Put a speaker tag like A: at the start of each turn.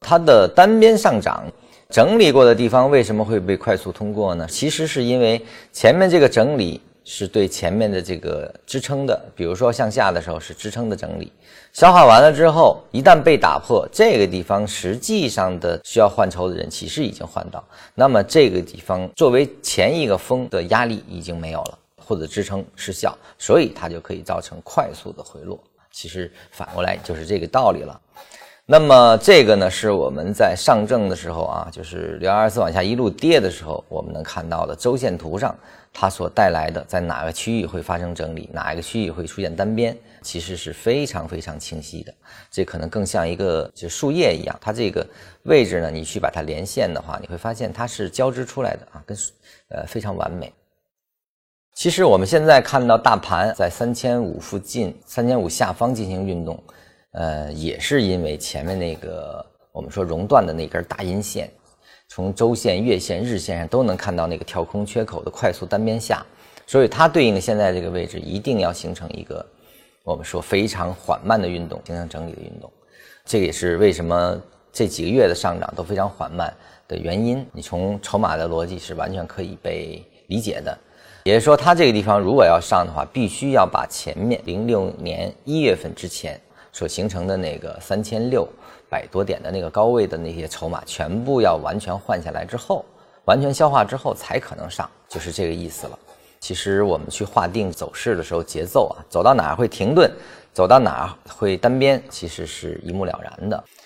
A: 它的单边上涨，整理过的地方为什么会被快速通过呢？其实是因为前面这个整理是对前面的这个支撑的，比如说向下的时候是支撑的整理，消化完了之后，一旦被打破，这个地方实际上的需要换筹的人其实已经换到，那么这个地方作为前一个峰的压力已经没有了，或者支撑失效，所以它就可以造成快速的回落。其实反过来就是这个道理了。那么这个呢，是我们在上证的时候啊，就是6224往下一路跌的时候，我们能看到的周线图上它所带来的在哪个区域会发生整理，哪一个区域会出现单边，其实是非常非常清晰的。这可能更像一个就树叶一样，它这个位置呢，你去把它连线的话，你会发现它是交织出来的啊，跟非常完美。其实我们现在看到大盘在3500附近，3500下方进行运动，也是因为前面那个我们说熔断的那根大阴线，从周线、月线、日线上都能看到那个跳空缺口的快速单边下，所以它对应现在这个位置一定要形成一个我们说非常缓慢的运动，形成整理的运动。这也是为什么这几个月的上涨都非常缓慢的原因，你从筹码的逻辑是完全可以被理解的。也就是说，它这个地方如果要上的话，必须要把前面06年1月份之前所形成的那个3600多点的那个高位的那些筹码全部要完全换下来之后，完全消化之后才可能上，就是这个意思了。其实我们去划定走势的时候，节奏啊，走到哪儿会停顿，走到哪儿会单边，其实是一目了然的。